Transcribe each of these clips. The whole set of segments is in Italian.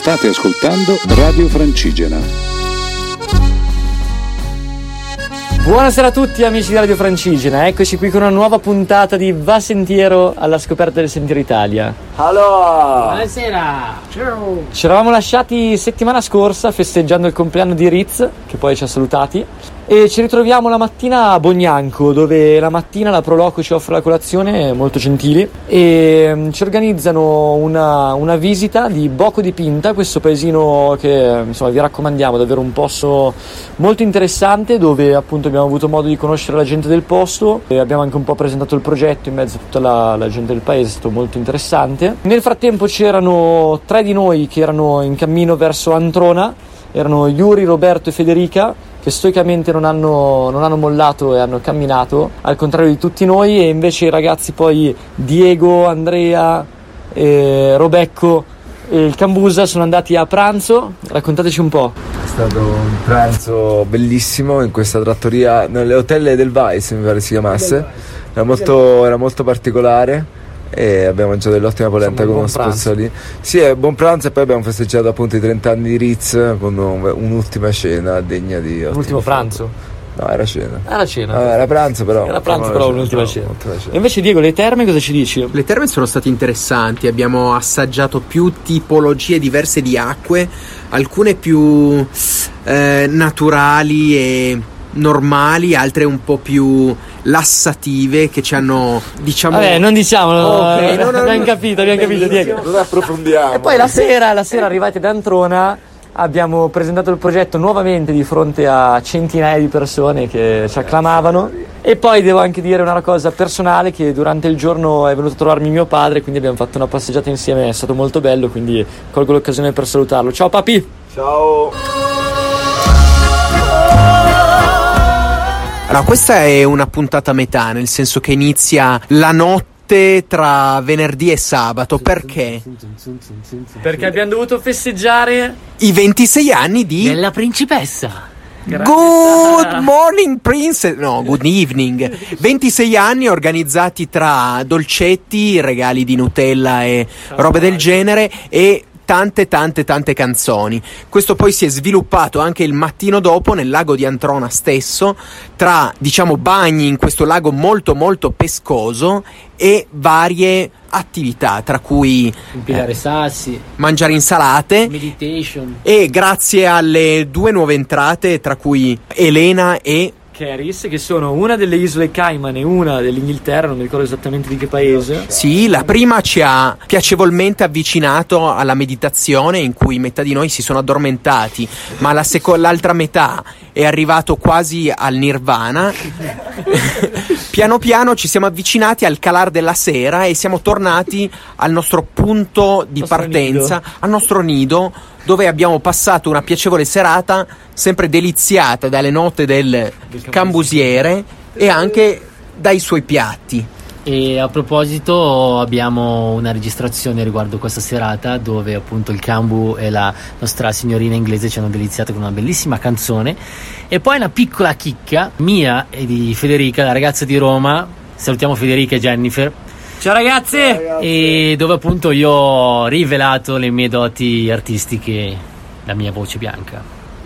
State ascoltando Radio Francigena. Buonasera a tutti amici di Radio Francigena, eccoci qui con una nuova puntata di Va Sentiero alla scoperta del Sentiero Italia. Allora, buonasera, ciao. Ci eravamo lasciati settimana scorsa festeggiando il compleanno di Riz, che poi ci ha salutati, e ci ritroviamo la mattina a Bognanco, dove la mattina la Proloco ci offre la colazione, molto gentili, e ci organizzano una visita di Boco di Pinta, questo paesino che insomma vi raccomandiamo, davvero un posto molto interessante, dove appunto abbiamo avuto modo di conoscere la gente del posto e abbiamo anche un po' presentato il progetto in mezzo a tutta la gente del paese, è stato molto interessante. Nel frattempo c'erano 3 di noi che erano in cammino verso Antrona, erano Yuri, Roberto e Federica, che stoicamente non hanno mollato e hanno camminato, al contrario di tutti noi, e invece i ragazzi poi Diego, Andrea, Robecco e il Cambusa sono andati a pranzo. Raccontateci un po'. è stato un pranzo bellissimo in questa trattoria, nelle Hotelle del Vice mi pare si chiamasse. Era molto particolare e abbiamo mangiato dell'ottima polenta con uno spezzolino. Sì, è buon pranzo, e poi abbiamo festeggiato appunto i 30 anni di Riz con un'ultima cena degna di un ultimo pranzo. No, era cena. Era pranzo però un'ultima cena. E invece Diego, le terme cosa ci dici? Le terme sono state interessanti, abbiamo assaggiato più tipologie diverse di acque, alcune più naturali e normali, altre un po' più lassative che ci hanno, diciamo... Vabbè, non diciamolo, okay, abbiamo capito Diego. Non approfondiamo. E poi la sera arrivati ad Antrona abbiamo presentato il progetto nuovamente di fronte a centinaia di persone che ci acclamavano. E poi devo anche dire una cosa personale, che durante il giorno è venuto a trovarmi mio padre, quindi abbiamo fatto una passeggiata insieme, è stato molto bello, quindi colgo l'occasione per salutarlo. Ciao papi! Ciao! Allora, questa è una puntata a metà, nel senso che inizia la notte tra venerdì e sabato. Perché? Perché abbiamo dovuto festeggiare i 26 anni della principessa. Good morning princess. No, good evening. 26 anni organizzati tra dolcetti, regali di Nutella e robe del genere, e tante canzoni. Questo poi si è sviluppato anche il mattino dopo nel lago di Antrona stesso, tra, diciamo, bagni in questo lago molto pescoso e varie attività, tra cui impilare sassi, mangiare insalate, meditation, e grazie alle 2 nuove entrate, tra cui Elena e Caris, che sono una delle isole Cayman e una dell'Inghilterra, non mi ricordo esattamente di che paese. Sì, la prima ci ha piacevolmente avvicinato alla meditazione, in cui metà di noi si sono addormentati, ma l'altra metà è arrivato quasi al nirvana. Piano piano ci siamo avvicinati al calar della sera e siamo tornati al nostro punto di partenza, al nostro nido, dove abbiamo passato una piacevole serata, sempre deliziata dalle note del cambusiere e anche dai suoi piatti. E a proposito abbiamo una registrazione riguardo questa serata, dove appunto il Cambu e la nostra signorina inglese ci hanno deliziato con una bellissima canzone. E poi una piccola chicca mia e di Federica, la ragazza di Roma. Salutiamo Federica e Jennifer. Ciao ragazze! E dove appunto io ho rivelato le mie doti artistiche, la mia voce bianca.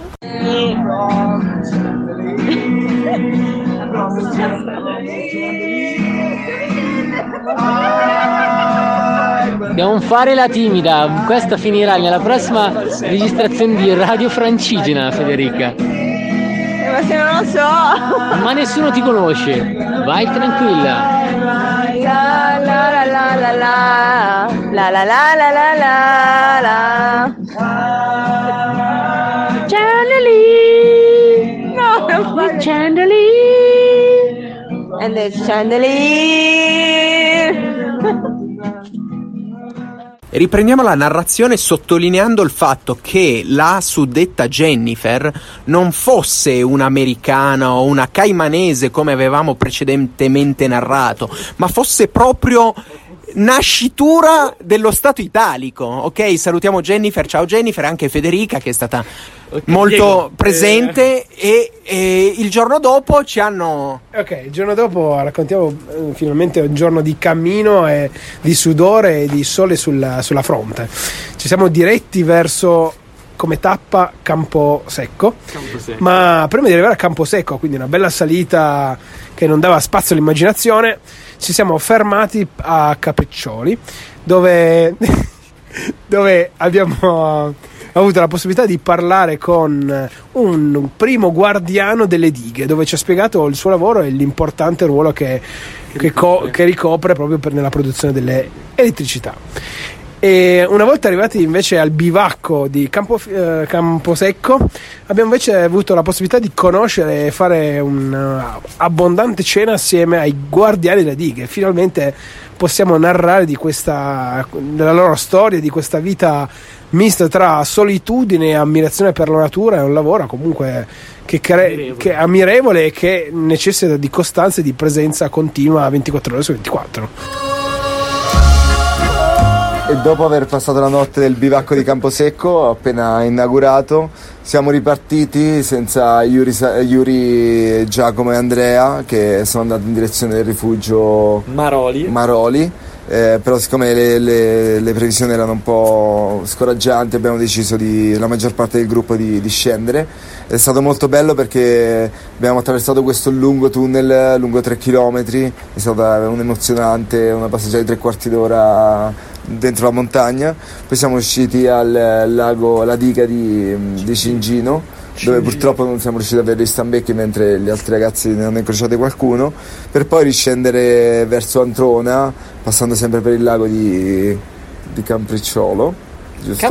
Dobbiamo fare la timida, questa finirà nella prossima registrazione di Radio Francigena, Federica. Ma se non lo so. Ma nessuno ti conosce, vai tranquilla. La la la la la la la la la la la la. Chandelier. No, non fa chandelier. And the chandelier. Riprendiamo la narrazione sottolineando il fatto che la suddetta Jennifer non fosse un'americana o una caimanese come avevamo precedentemente narrato, ma fosse proprio nascitura dello Stato italico. Ok, salutiamo Jennifer, ciao Jennifer, anche Federica che è stata molto Diego, presente e il giorno dopo ci hanno... Ok, il giorno dopo raccontiamo finalmente un giorno di cammino e di sudore e di sole sulla fronte. Ci siamo diretti verso, come tappa, Camposecco. Ma prima di arrivare a Camposecco, quindi una bella salita che non dava spazio all'immaginazione, ci siamo fermati a Capriccioli, dove abbiamo avuto la possibilità di parlare con un primo guardiano delle dighe, dove ci ha spiegato il suo lavoro e l'importante ruolo che ricopre proprio nella produzione dell'elettricità. E una volta arrivati invece al bivacco di Camposecco, abbiamo invece avuto la possibilità di conoscere e fare un'abbondante cena assieme ai guardiani delle dighe. Finalmente possiamo narrare della loro storia, di questa vita mista tra solitudine e ammirazione per la natura. È un lavoro comunque che è ammirevole e che necessita di costanza e di presenza continua 24 ore su 24. E dopo aver passato la notte del bivacco di Camposecco, appena inaugurato, siamo ripartiti senza Yuri, Giacomo e Andrea, che sono andati in direzione del rifugio Maroli. Però siccome le previsioni erano un po' scoraggianti, abbiamo deciso la maggior parte del gruppo di scendere. È stato molto bello perché abbiamo attraversato questo lungo tunnel, lungo 3 chilometri, è stata un'emozionante, una passeggiata di 3/4 d'ora dentro la montagna. Poi siamo usciti al lago, alla diga di Cingino, dove purtroppo non siamo riusciti a vedere gli stambecchi, mentre gli altri ragazzi ne hanno incrociato qualcuno, per poi riscendere verso Antrona, passando sempre per il lago di Campricciolo, giusto?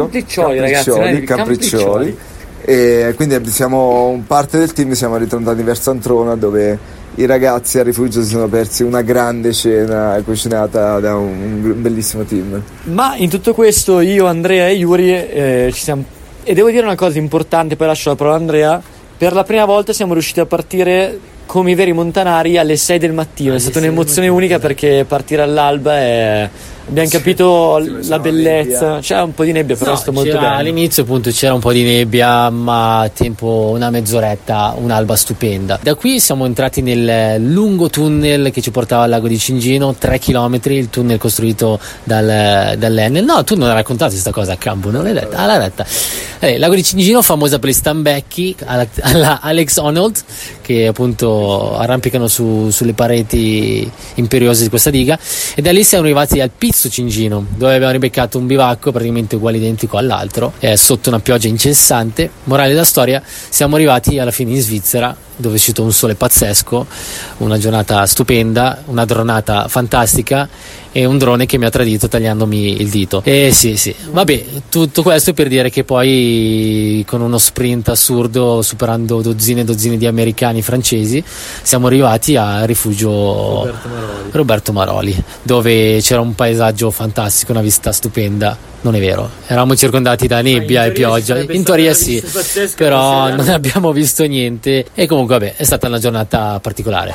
Campriccioli. E quindi parte del team siamo ritornati verso Antrona, dove i ragazzi al rifugio si sono persi una grande cena cucinata da un bellissimo team. Ma in tutto questo io, Andrea e Yuri ci siamo, e devo dire una cosa importante, poi lascio la parola a Andrea. Per la prima volta siamo riusciti a partire come i veri montanari alle 6 del mattino. È stata un'emozione unica, perché partire all'alba abbiamo capito la bellezza. C'era un po' di nebbia, però è stato molto bello. All'inizio appunto c'era un po' di nebbia, ma tempo una mezz'oretta, un'alba stupenda. Da qui siamo entrati nel lungo tunnel che ci portava al lago di Cingino, 3 chilometri, il tunnel costruito dall'Enel. No, tu non hai raccontato questa cosa a campo, non l'hai detta? L'hai detta. Lago di Cingino, famosa per gli stambecchi alla Alex Honnold, che appunto arrampicano sulle pareti imperiose di questa diga, e da lì siamo arrivati al Pizzo Cingino, dove abbiamo ribeccato un bivacco praticamente uguale, identico all'altro, sotto una pioggia incessante. Morale della storia, siamo arrivati alla fine in Svizzera, dove è uscito un sole pazzesco, una giornata stupenda, una dronata fantastica e un drone che mi ha tradito tagliandomi il dito. Sì, vabbè, tutto questo per dire che poi con uno sprint assurdo, superando dozzine e dozzine di americani e francesi, siamo arrivati al rifugio Roberto Maroli, dove c'era un paesaggio fantastico, una vista stupenda. Non è vero, eravamo circondati da nebbia e pioggia, in teoria sì, però non abbiamo visto niente, e comunque vabbè, è stata una giornata particolare.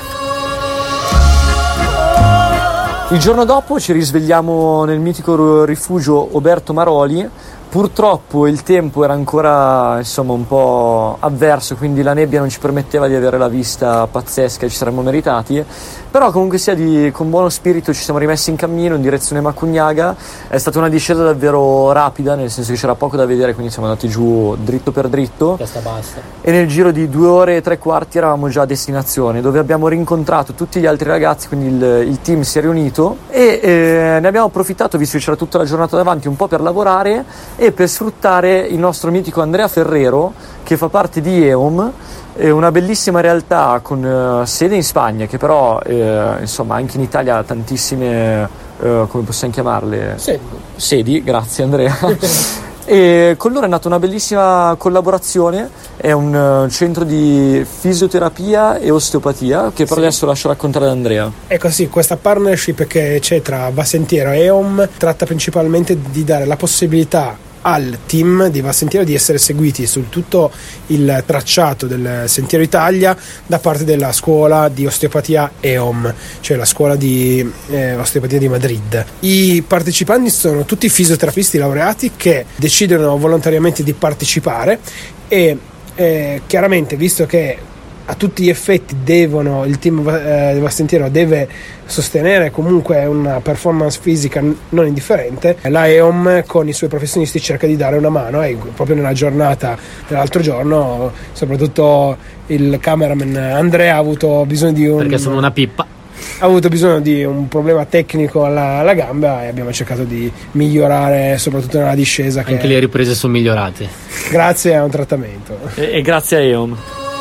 Il giorno dopo ci risvegliamo nel mitico rifugio Roberto Maroli. Purtroppo il tempo era ancora un po' avverso, quindi la nebbia non ci permetteva di avere la vista pazzesca che ci saremmo meritati, però comunque sia con buono spirito ci siamo rimessi in cammino in direzione Macugnaga. È stata una discesa davvero rapida, nel senso che c'era poco da vedere, quindi siamo andati giù dritto per dritto, testa bassa, e nel giro di 2 ore e 3/4 eravamo già a destinazione, dove abbiamo rincontrato tutti gli altri ragazzi, quindi il team si è riunito e ne abbiamo approfittato, visto che c'era tutta la giornata davanti, un po' per lavorare e per sfruttare il nostro mitico Andrea Ferrero, che fa parte di EOM, una bellissima realtà con sede in Spagna, che però anche in Italia ha tantissime come possiamo chiamarle? Sedi, grazie Andrea. E con loro è nata una bellissima collaborazione, è un centro di fisioterapia e osteopatia, che per adesso lascio raccontare ad Andrea. Ecco, sì, questa partnership che c'è tra Va Sentiero e EOM tratta principalmente di dare la possibilità al team di Va Sentiero di essere seguiti su tutto il tracciato del Sentiero Italia da parte della scuola di osteopatia EOM, cioè la scuola di osteopatia di Madrid. I partecipanti sono tutti fisioterapisti laureati che decidono volontariamente di partecipare e chiaramente, visto che a tutti gli effetti il team di Va Sentiero deve sostenere comunque una performance fisica non indifferente, la EOM con i suoi professionisti cerca di dare una mano, e proprio nella giornata dell'altro giorno soprattutto il cameraman Andrea ha avuto bisogno perché sono una pippa, ha avuto bisogno di un problema tecnico alla gamba, e abbiamo cercato di migliorare soprattutto nella discesa. Anche le riprese sono migliorate grazie a un trattamento e grazie a EOM.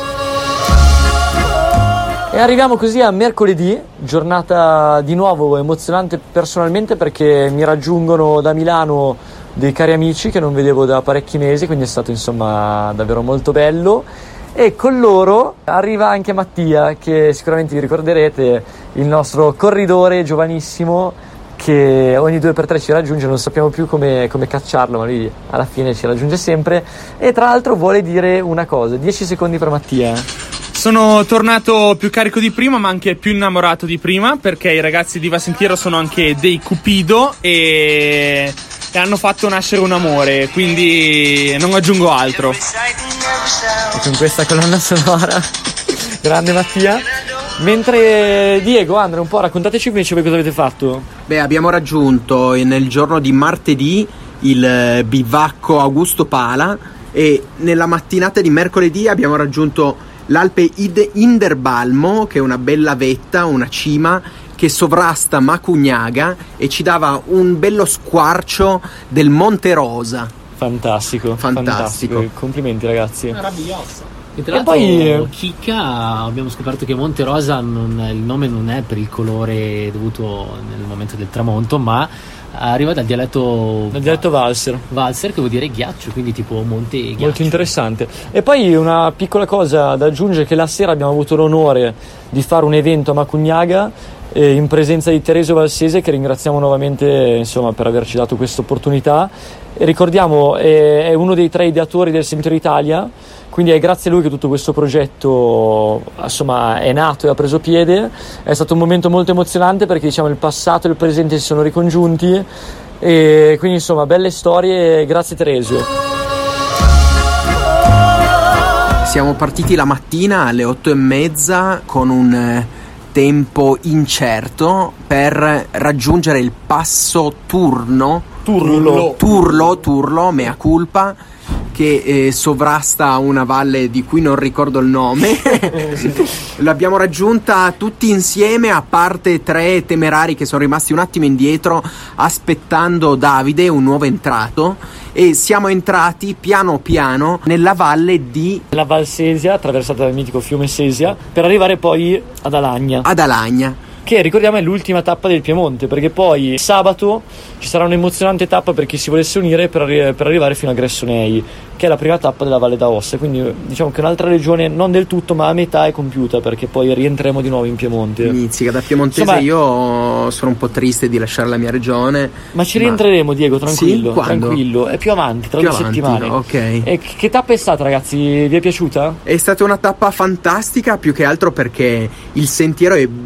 E arriviamo così a mercoledì, giornata di nuovo emozionante personalmente, perché mi raggiungono da Milano dei cari amici che non vedevo da parecchi mesi, quindi è stato insomma davvero molto bello. E con loro arriva anche Mattia, che sicuramente vi ricorderete, il nostro corridore giovanissimo che ogni 2x3 ci raggiunge, non sappiamo più come cacciarlo, ma lui alla fine ci raggiunge sempre. E tra l'altro vuole dire una cosa, 10 secondi per Mattia. Sono tornato più carico di prima, ma anche più innamorato di prima, perché i ragazzi di Va Sentiero sono anche dei cupido e hanno fatto nascere un amore, quindi non aggiungo altro. E con questa colonna sonora, grande Mattia. Mentre Diego, Andrea, un po' raccontateci invece voi cosa avete fatto. Beh, abbiamo raggiunto nel giorno di martedì il bivacco Augusto Pala, e nella mattinata di mercoledì abbiamo raggiunto l'Alpe Inderbalmo, che è una bella vetta, una cima che sovrasta Macugnaga e ci dava un bello squarcio del Monte Rosa. Fantastico. Complimenti ragazzi. Meraviglioso. E tra l'altro poi chicca, abbiamo scoperto che Monte Rosa il nome non è per il colore dovuto nel momento del tramonto, ma arriva dal dialetto Valser, che vuol dire ghiaccio, quindi tipo monte ghiaccio. Molto interessante. E poi una piccola cosa da aggiungere, che la sera abbiamo avuto l'onore di fare un evento a Macugnaga in presenza di Teresio Valsese, che ringraziamo nuovamente insomma per averci dato questa opportunità. E ricordiamo, è uno dei 3 ideatori del Sentiero Italia, quindi è grazie a lui che tutto questo progetto insomma è nato e ha preso piede. È stato un momento molto emozionante, perché diciamo il passato e il presente si sono ricongiunti, e quindi insomma belle storie. Grazie Teresio. Siamo partiti la mattina alle 8:30 con un tempo incerto per raggiungere il passo Turlo, mea culpa, che sovrasta una valle di cui non ricordo il nome. L'abbiamo raggiunta tutti insieme, a parte 3 temerari che sono rimasti un attimo indietro aspettando Davide, un nuovo entrato, e siamo entrati piano piano nella valle di la Val Sesia, attraversata dal mitico fiume Sesia, per arrivare poi ad Alagna, che ricordiamo è l'ultima tappa del Piemonte, perché poi sabato ci sarà un'emozionante tappa per chi si volesse unire per arrivare fino a Gressonei, che è la prima tappa della Valle d'Aosta. Quindi diciamo che un'altra regione non del tutto, ma a metà è compiuta, perché poi rientreremo di nuovo in Piemonte. Inizi, da piemontese insomma, io sono un po' triste di lasciare la mia regione, ma ci rientreremo, Diego, tranquillo. Sì? Tranquillo, è più avanti, tra 2 settimane. Ok. E che tappa è stata, ragazzi? Vi è piaciuta? È stata una tappa fantastica, più che altro perché il sentiero è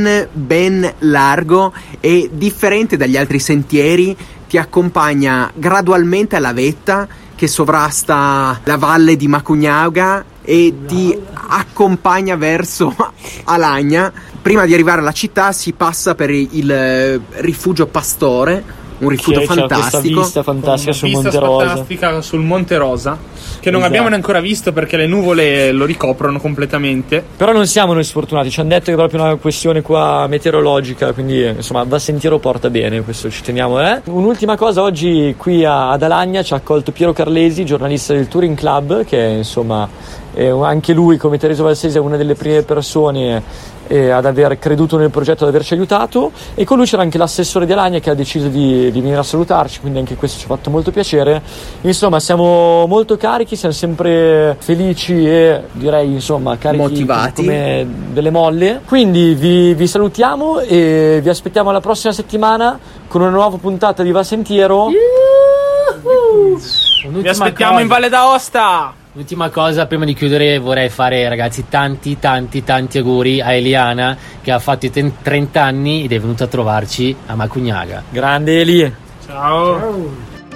ben largo e differente dagli altri sentieri. Ti accompagna gradualmente alla vetta che sovrasta la valle di Macugnaga e ti accompagna verso Alagna. Prima di arrivare alla città si passa per il rifugio Pastore, un rifugio fantastico. Questa vista fantastica sul Monte Rosa. Fantastica sul Monte Rosa, che non abbiamo ancora visto perché le nuvole lo ricoprono completamente. Però non siamo noi sfortunati, ci hanno detto che è proprio una questione qua meteorologica, quindi insomma Va Sentiero porta bene, questo ci teniamo. Un'ultima cosa, oggi qui ad Alagna ci ha accolto Piero Carlesi, giornalista del Touring Club, che insomma anche lui, come Teresio Valsese, è una delle prime persone ad aver creduto nel progetto, ad averci aiutato, e con lui c'era anche l'assessore di Alagna che ha deciso di venire a salutarci, quindi anche questo ci ha fatto molto piacere. Insomma siamo molto carichi, siamo sempre felici e direi insomma carichi, motivati come delle molle, quindi vi salutiamo e vi aspettiamo la prossima settimana con una nuova puntata di Va Sentiero. Vi aspettiamo in Valle d'Aosta. L'ultima cosa, prima di chiudere, vorrei fare, ragazzi, tanti auguri a Eliana, che ha fatto i 30 anni ed è venuta a trovarci a Macugnaga. Grande Eli. Ciao.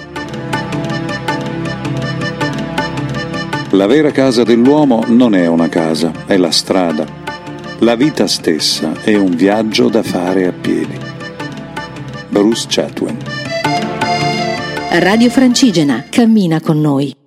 La vera casa dell'uomo non è una casa, è la strada. La vita stessa è un viaggio da fare a piedi. Bruce Chatwin. Radio Francigena, cammina con noi.